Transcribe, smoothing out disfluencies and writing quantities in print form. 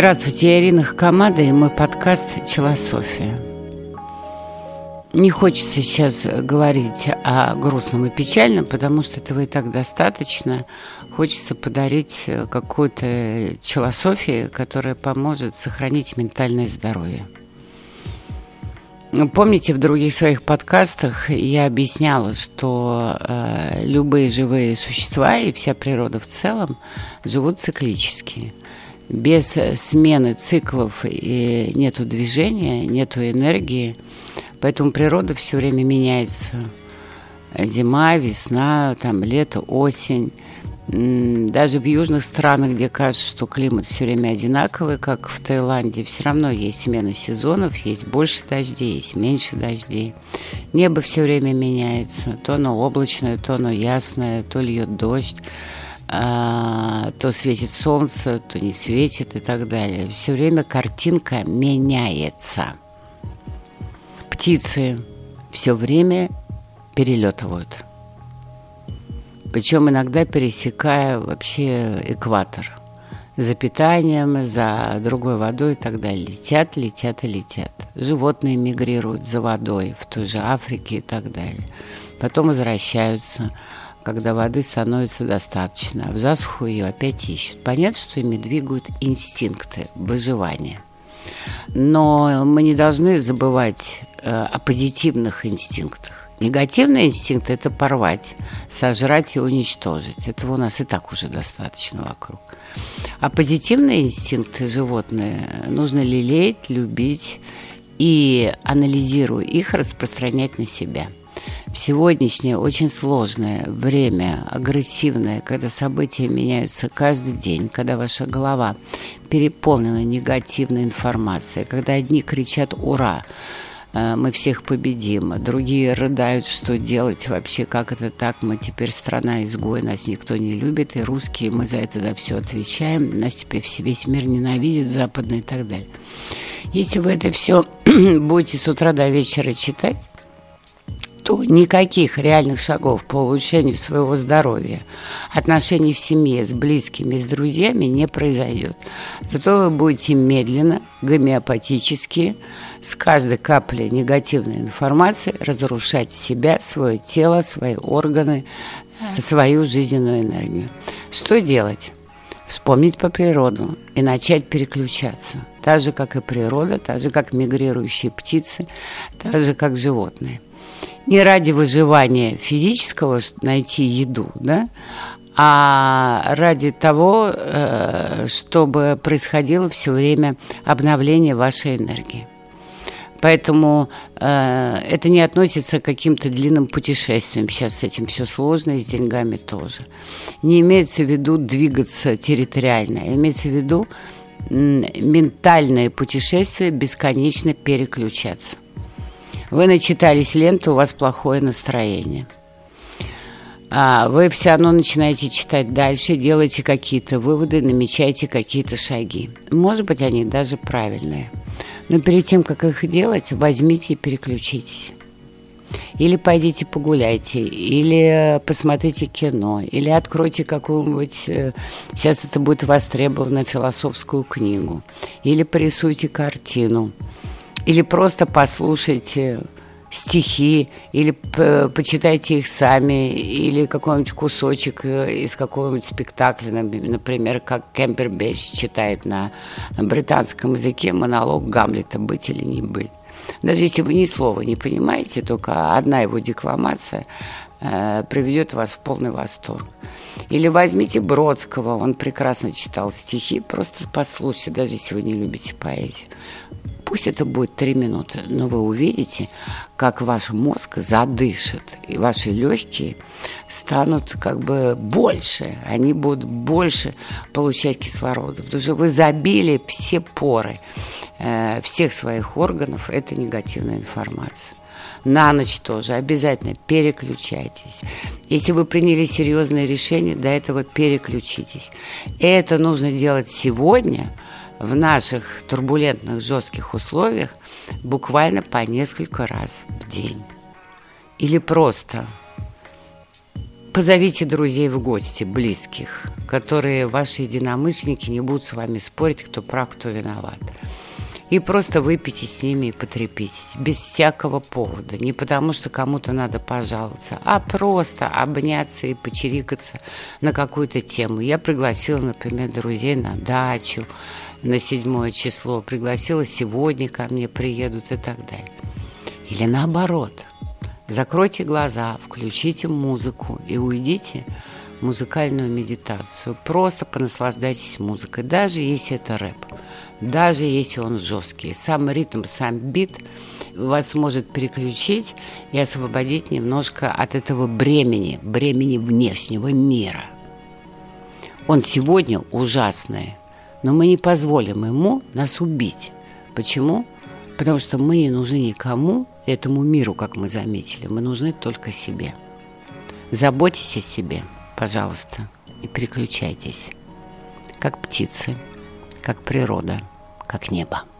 Здравствуйте, я Ирина Хакамада и мой подкаст «Челософия». Не хочется сейчас говорить о грустном и печальном, потому что этого и так достаточно. Хочется подарить какую-то челософию, которая поможет сохранить ментальное здоровье. Помните, в других своих подкастах я объясняла, что любые живые существа и вся природа в целом живут циклически. Без смены циклов нету движения, нету энергии, поэтому природа все время меняется. Зима, весна, лето, осень. Даже в южных странах, где кажется, что климат все время одинаковый, как в Таиланде, все равно есть смена сезонов, есть больше дождей, есть меньше дождей. Небо все время меняется, то оно облачное, то оно ясное, то льет дождь, то светит солнце, то не светит и так далее. Все время картинка меняется. Птицы все время перелетывают. Причем иногда пересекая вообще экватор. За питанием, за другой водой и так далее. Летят, летят и летят. Животные мигрируют за водой в той же Африке и так далее. Потом возвращаются, когда воды становится достаточно. В засуху ее опять ищут. Понятно, что ими двигают инстинкты выживания. Но мы не должны забывать о позитивных инстинктах. Негативный инстинкт – это порвать, сожрать и уничтожить. Этого у нас и так уже достаточно вокруг. А позитивные инстинкты животные нужно лелеять, любить и, анализируя их, распространять на себя. В сегодняшнее очень сложное время, агрессивное, когда события меняются каждый день, когда ваша голова переполнена негативной информацией, когда одни кричат «Ура!», мы всех победим, другие рыдают, что делать вообще, как это так, мы теперь страна-изгой, нас никто не любит, и русские, мы за это за все отвечаем, нас теперь весь мир ненавидит, западный и так далее. Если вы это все будете с утра до вечера читать, то никаких реальных шагов по улучшению своего здоровья, отношений в семье, с близкими, с друзьями не произойдет. Зато вы будете медленно, гомеопатически, с каждой каплей негативной информации разрушать себя, свое тело, свои органы, свою жизненную энергию. Что делать? Вспомнить по природу и начать переключаться. Так же, как и природа, так же, как мигрирующие птицы, так же, как животные. Не ради выживания физического найти еду, да, а ради того, чтобы происходило все время обновление вашей энергии. Поэтому это не относится к каким-то длинным путешествиям. Сейчас с этим все сложно, и с деньгами тоже. Не имеется в виду двигаться территориально, а имеется в виду ментальное путешествие, бесконечно переключаться. Вы начитались ленты, у вас плохое настроение. Вы все равно начинаете читать дальше, делаете какие-то выводы, намечаете какие-то шаги. Может быть, они даже правильные. Но перед тем, как их делать, возьмите и переключитесь. Или пойдите погуляйте, или посмотрите кино, или откройте какую-нибудь, сейчас это будет востребовано, философскую книгу, или порисуйте картину. Или просто послушайте стихи, или почитайте их сами, или какой-нибудь кусочек из какого-нибудь спектакля, например, как Камбербэтч читает на британском языке монолог Гамлета «Быть или не быть». Даже если вы ни слова не понимаете, только одна его декламация приведет вас в полный восторг. Или возьмите Бродского, он прекрасно читал стихи, просто послушайте, даже если вы не любите поэзию. Пусть это будет 3 минуты, но вы увидите, как ваш мозг задышит, и ваши легкие станут больше, они будут больше получать кислорода, потому что вы забили все поры всех своих органов этой негативной информации. На ночь тоже обязательно переключайтесь. Если вы приняли серьезное решение, до этого переключитесь. И это нужно делать сегодня, в наших турбулентных, жестких условиях, буквально по несколько раз в день. Или просто Позовите друзей в гости, близких, которые ваши единомышленники, не будут с вами спорить, кто прав, кто виноват. И просто выпейте с ними и потрепитесь, без всякого повода. Не потому, что кому-то надо пожаловаться, а просто обняться и почирикаться на какую-то тему. Я пригласила, например, друзей на дачу на 7 число, пригласила сегодня ко мне приедут и так далее. Или наоборот, закройте глаза, включите музыку и уйдите в музыкальную медитацию. Просто понаслаждайтесь музыкой, даже если это рэп, даже если он жесткий. Сам ритм, сам бит вас может переключить и освободить немножко от этого бремени внешнего мира. Он сегодня ужасный, но мы не позволим ему нас убить. Почему? Потому что мы не нужны никому, этому миру, как мы заметили. Мы нужны только себе. Заботьтесь о себе, пожалуйста, и переключайтесь. Как птицы, как природа, как небо.